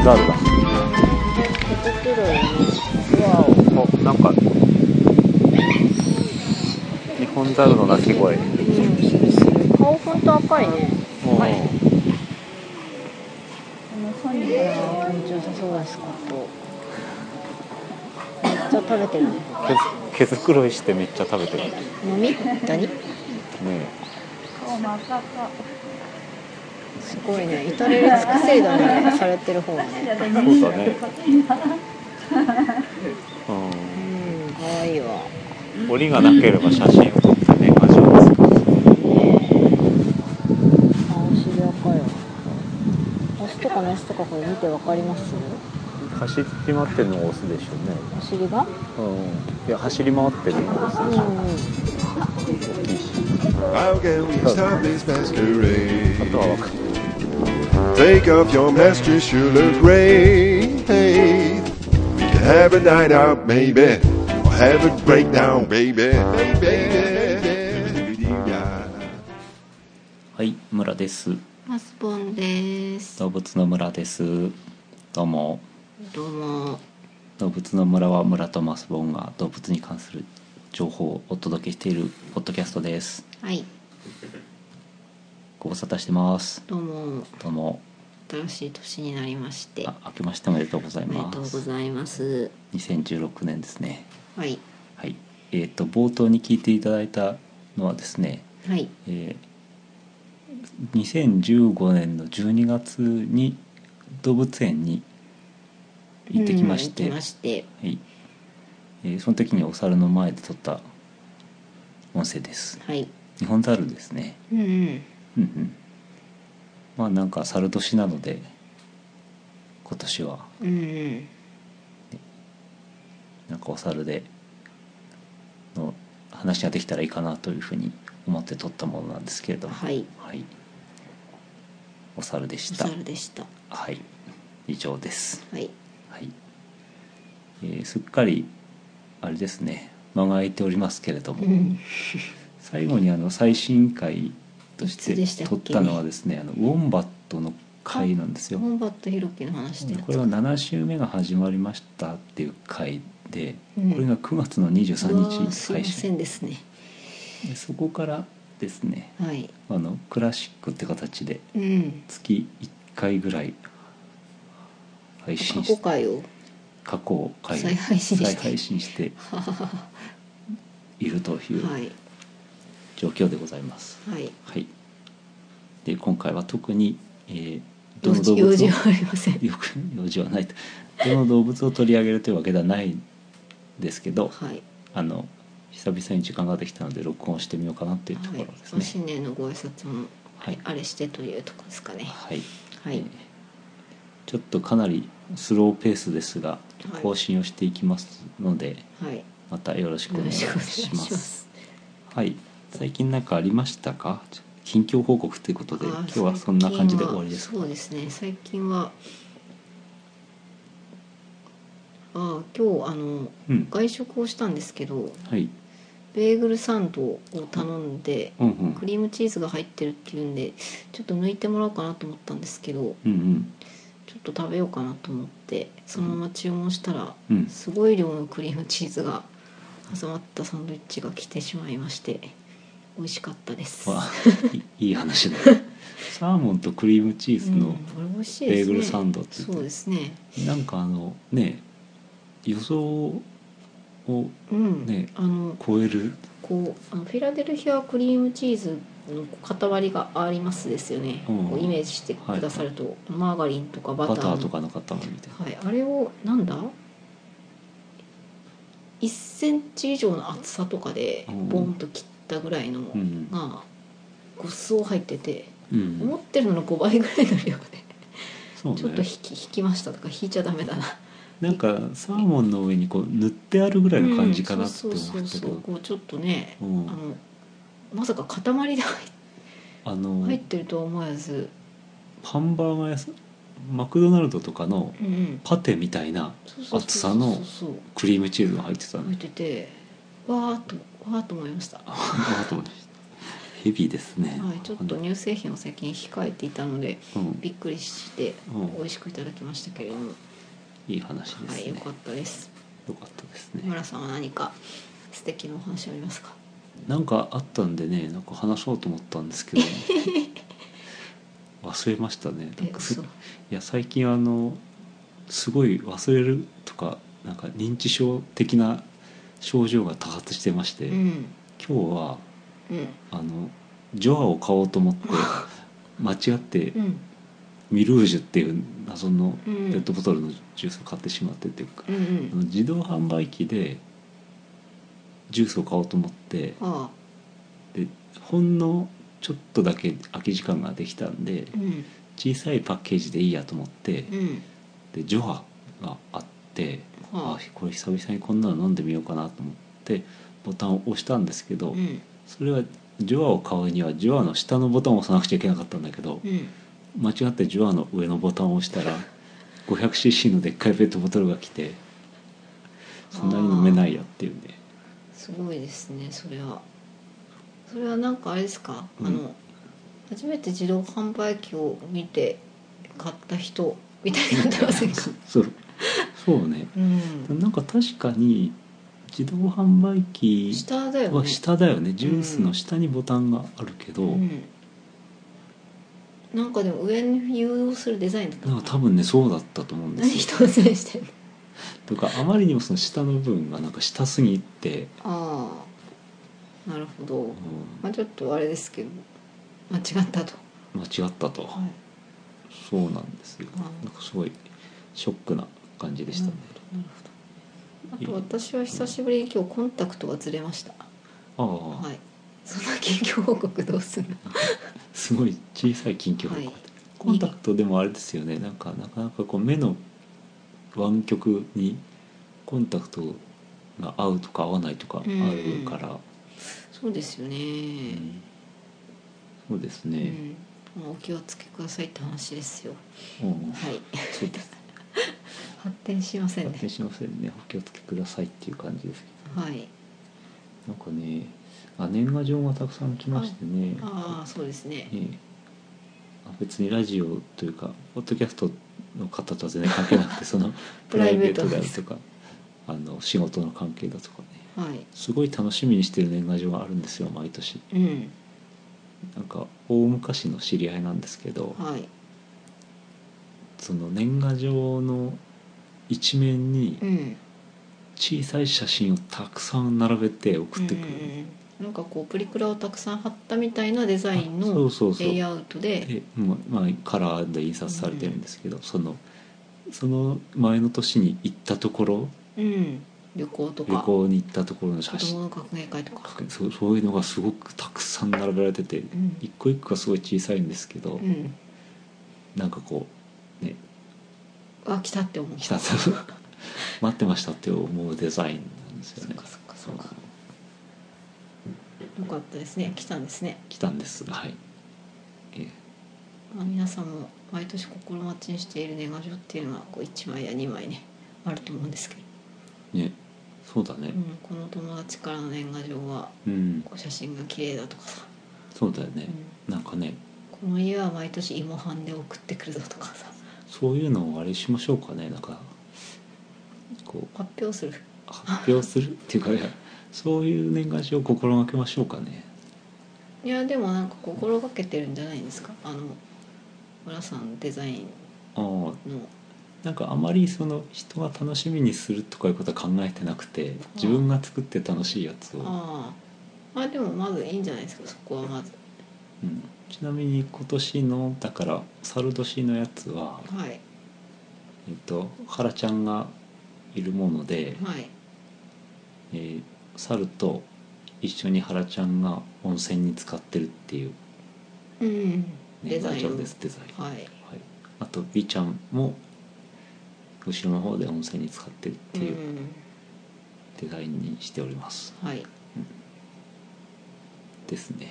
ザルだ。 手袋にドアを。 お、なんか日本ザルの鳴き声。 するする。顔ほんと赤いね。 はい。 ソニーから気持ちよさそうです。めっちゃ食べてるね。 毛づくろいしてめっちゃ食べてる。 飲み？何？ ねすごいね。至れり尽くせりだね。されてる方がね。 そうだね。 可愛いわ。 檻がなければ写真を撮って年賀状ですか。 お尻赤いわ。オスとかメスとかこれ見てわかります？ 走り回ってるのがオスでしょうね。 お尻が？ いや走り回ってるのがオスでしょう。大きいし。 How can we stop this masquerade? あとは分かる。 Take off your mask, you sure look great. Hey, we can have a night out, baby, or have a breakdown, baby. はい、村です。 マスボンです。 動物の村です。どうも。 どうも。 動物の村は村とマスボンが動物に関する情報をお届けしているポッドキャストです。 はい。 ご無沙汰してます。 どうも。 どうも。 新しい年になりまして。 明けましておめでとうございます。 おめでとうございます。 2016年ですね。 はい。 はい。冒頭に聞いていただいたのはですね。 はい。 2015年の12月に動物園に行ってきまして、 行きまして、 はい。その時にお猿の前で撮った音声です。 はい。 日本猿ですね。 うんうん。 うんうん。まあなんか猿年なので今年は、 うんうん。 なんかお猿での話ができたらいいかなというふうに思って撮ったものなんですけれども、 はい。 はい。お猿でした。 お猿でした。 はい。以上です。 はい。 はい。すっかりあれですね。間が空いておりますけれども、最後に最新回として撮ったのはですね、ウォンバットの回なんですよ。 ウォンバットヒロキの話で、 これは7週目が始まりましたっていう回で、これが9月の23日配信ですね。 でそこからですね、 はい、 クラシックって形で月1回ぐらい配信して、過去回を再配信しているという状況でございます。 はい、 はい、で今回は特に、 どの動物を用事はありません。 用事はないと。どの動物を取り上げるというわけではないんですけど、 はい、 久々に時間ができたので録音してみようかなっていうところですね。 新年のご挨拶も、あれしてというところですかね。 はい、 はい。 ちょっとかなりスローペースですが更新をしていきますので、 はい、 またよろしくお願いします。はい。最近何かありましたか？近況報告ということで今日はそんな感じで終わりですか？ そうですね。最近は今日外食をしたんですけど、 はい、 ベーグルサンドを頼んで、クリームチーズが入ってるっていうんでちょっと抜いてもらおうかなと思ったんですけど、ちょっと食べようかなと思ってそのまま注文したら、すごい量のクリームチーズが挟まったサンドイッチが来てしまいまして美味しかったです。 いい話だ。サーモンとクリームチーズのベーグルサンドって、 そうですね。 なんかね、予想をね、超えるフィラデルフィアクリームチーズの塊がありますですよね。イメージしてくださると、マーガリンとかバターとかの塊みたいな、 あれを1センチ以上の厚さとかでボンと切ったぐらいのが5層入ってて、思ってるのの5倍ぐらいの量で、ちょっと引きましたとか引いちゃダメだな。なんかサーモンの上に塗ってあるぐらいの感じかなって思ったけど、 ちょっとね、まさか塊で入ってるとは思わず、 ハンバーガー屋さん、マクドナルドとかのパテみたいな厚さのクリームチーズが入ってた、 入っててわーっと思いました。 ヘビーですね。 はい、ちょっと乳製品を最近控えていたので、びっくりして美味しくいただきましたけれども、 いい話ですね。 はい、良かったです。 良かったですね。 村さんは何か素敵なお話ありますか？ なんかあったんでね、なんか話そうと思ったんですけど忘れましたね。なんかいや最近すごい忘れるとかなんか認知症的な症状が多発してまして、今日は、ジョアを買おうと思って間違ってミルージュっていう謎のペットボトルのジュースを買ってしまってっていうか、自動販売機でジュースを買おうと思って、でほんのちょっとだけ空き時間ができたんで、小さいパッケージでいいやと思って、でジョアがあって、これ久々にこんなの飲んでみようかなと思ってボタンを押したんですけど、それはジョアを買うにはジョアの下のボタンを押さなくちゃいけなかったんだけど、間違ってジョアの上のボタンを押したら 500cc のでっかいペットボトルが来て、そんなに飲めないやっていうんで。 すごいですね。それはなんかあれですか、初めて自動販売機を見て買った人みたいになってませんか？ そうね、なんか確かに自動販売機は下だよね。ジュースの下にボタンがあるけど、 なんかでも上に誘導するデザインだったのかな。多分ねそうだったと思うんですよ。 何人のせいしてんのとかあまりにもその下の部分がなんか下すぎて、 なるほど、ちょっとあれですけど間違ったと、 そうなんですよ。なんかすごいショックな感じでしたね。なるほど。あと私は久しぶりに今日コンタクトがずれました。はい。その近況報告どうする？ すごい小さい近況報告、コンタクトでもあれですよね。なんかなかなかこう目の湾曲にコンタクトが合うとか合わないとかあるから、 そうですよね、 そうですね、 お気をつけくださいって話ですよ。 はい、そうです発展しませんね。 発展しませんね。お気をつけくださいっていう感じですけど、はい。なんかね、年賀状がたくさん来ましてね。 そうですね。 別にラジオというかポッドキャストの方とは全然関係なくて、そのプライベートであるとか仕事の関係だとかね、すごい楽しみにしてる年賀状があるんですよ、毎年。なんか大昔の知り合いなんですけど、その年賀状の一面に小さい写真をたくさん並べて送ってくる、 なんかこうプリクラをたくさん貼ったみたいなデザインのレイアウトで、 カラーで印刷されてるんですけど、その前の年に行ったところ、 旅行に行ったところの写真、 子供の学芸会とか、 そういうのがすごくたくさん並べられてて、一個一個がすごい小さいんですけど、なんかこうね、 来たって思う、 待ってましたって思うデザインなんですよね。 そうかよかったですね。来たんですね。 来たんです。はい。 皆さんも毎年心待ちにしている年賀状っていうのはこう1枚や2枚ねあると思うんですけどね。そうだね、 この友達からの年賀状は、こう写真が綺麗だとかさ、 そうだよね、なんかね、 この家は毎年芋飯で送ってくるぞとかさ、 そういうのをあれしましょうかね。なんかこう発表するっていうか、そういう年賀状を心がけましょうかね。 いやでもなんか心がけてるんじゃないんですか、村さんデザインの。 なんかあまりその人が楽しみにするとかいうことは考えてなくて、自分が作って楽しいやつを。 でもまずいいんじゃないですか、そこはまず。 ちなみに今年のだから猿年のやつは、原ちゃんがいるもので、猿と一緒に原ちゃんが温泉に浸かってるっていう年賀状です。デザイン。あと美ちゃんも後ろの方で温泉に浸かってるっていうデザインにしております。ですね。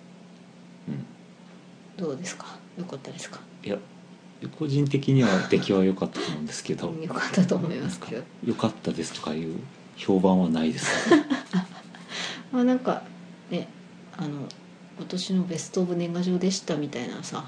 どうですか、良かったですか？ いや、個人的には出来は良かったと思うんですけど良かったと思いますけど、 良かったですとかいう評判はないですなんかね、 今年のベストオブ年賀状でしたみたいなさ、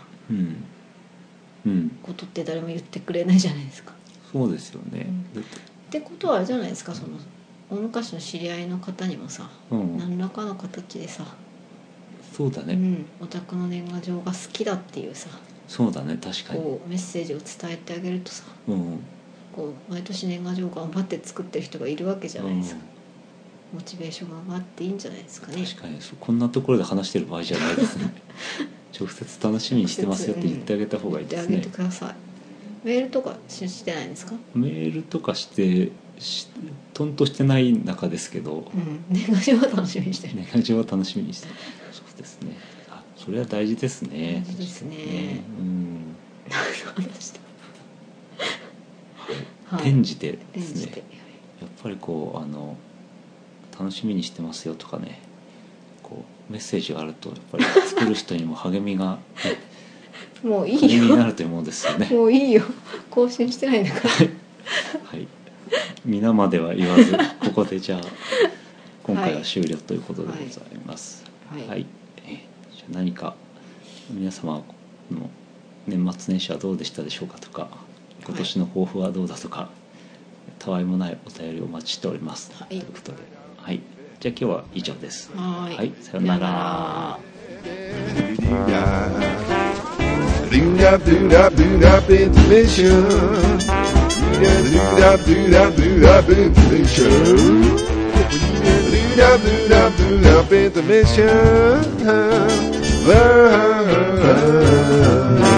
ことって誰も言ってくれないじゃないですか。 そうですよね、 ってことはあれじゃないですか、その大昔の知り合いの方にもさ、何らかの形でさ、 そうだね、 お宅の年賀状が好きだっていうさ、 そうだね、確かにこうメッセージを伝えてあげるとさ、こう毎年年賀状頑張って作ってる人がいるわけじゃないですか、モチベーションが上がっていいんじゃないですかね。 確かにこんなところで話してる場合じゃないですね直接楽しみにしてますよって言ってあげた方がいいですね。 言ってあげてください。メールとかしてないんですか？ メールとかトンとしてない中ですけど、 年賀状は楽しみにしてる。 年賀状は楽しみにしてる。そうですね。それは大事ですね。 大事ですね。 転じてですね。やっぱりこう楽しみにしてますよとかね、こうメッセージがあるとやっぱり作る人にも励みが、 もういいよ。 励みになると思うんですよね。 もういいよ。更新してないんだから。 はい。皆までは言わず、ここでじゃあ今回は終了ということでございます。はい。じゃあ何か皆様の年末年始はどうでしたでしょうかとか、今年の抱負はどうだとか、たわいもないお便りをお待ちしております。ということで、はい。じゃあ今日は以上です。はい。さよなら。 intermission.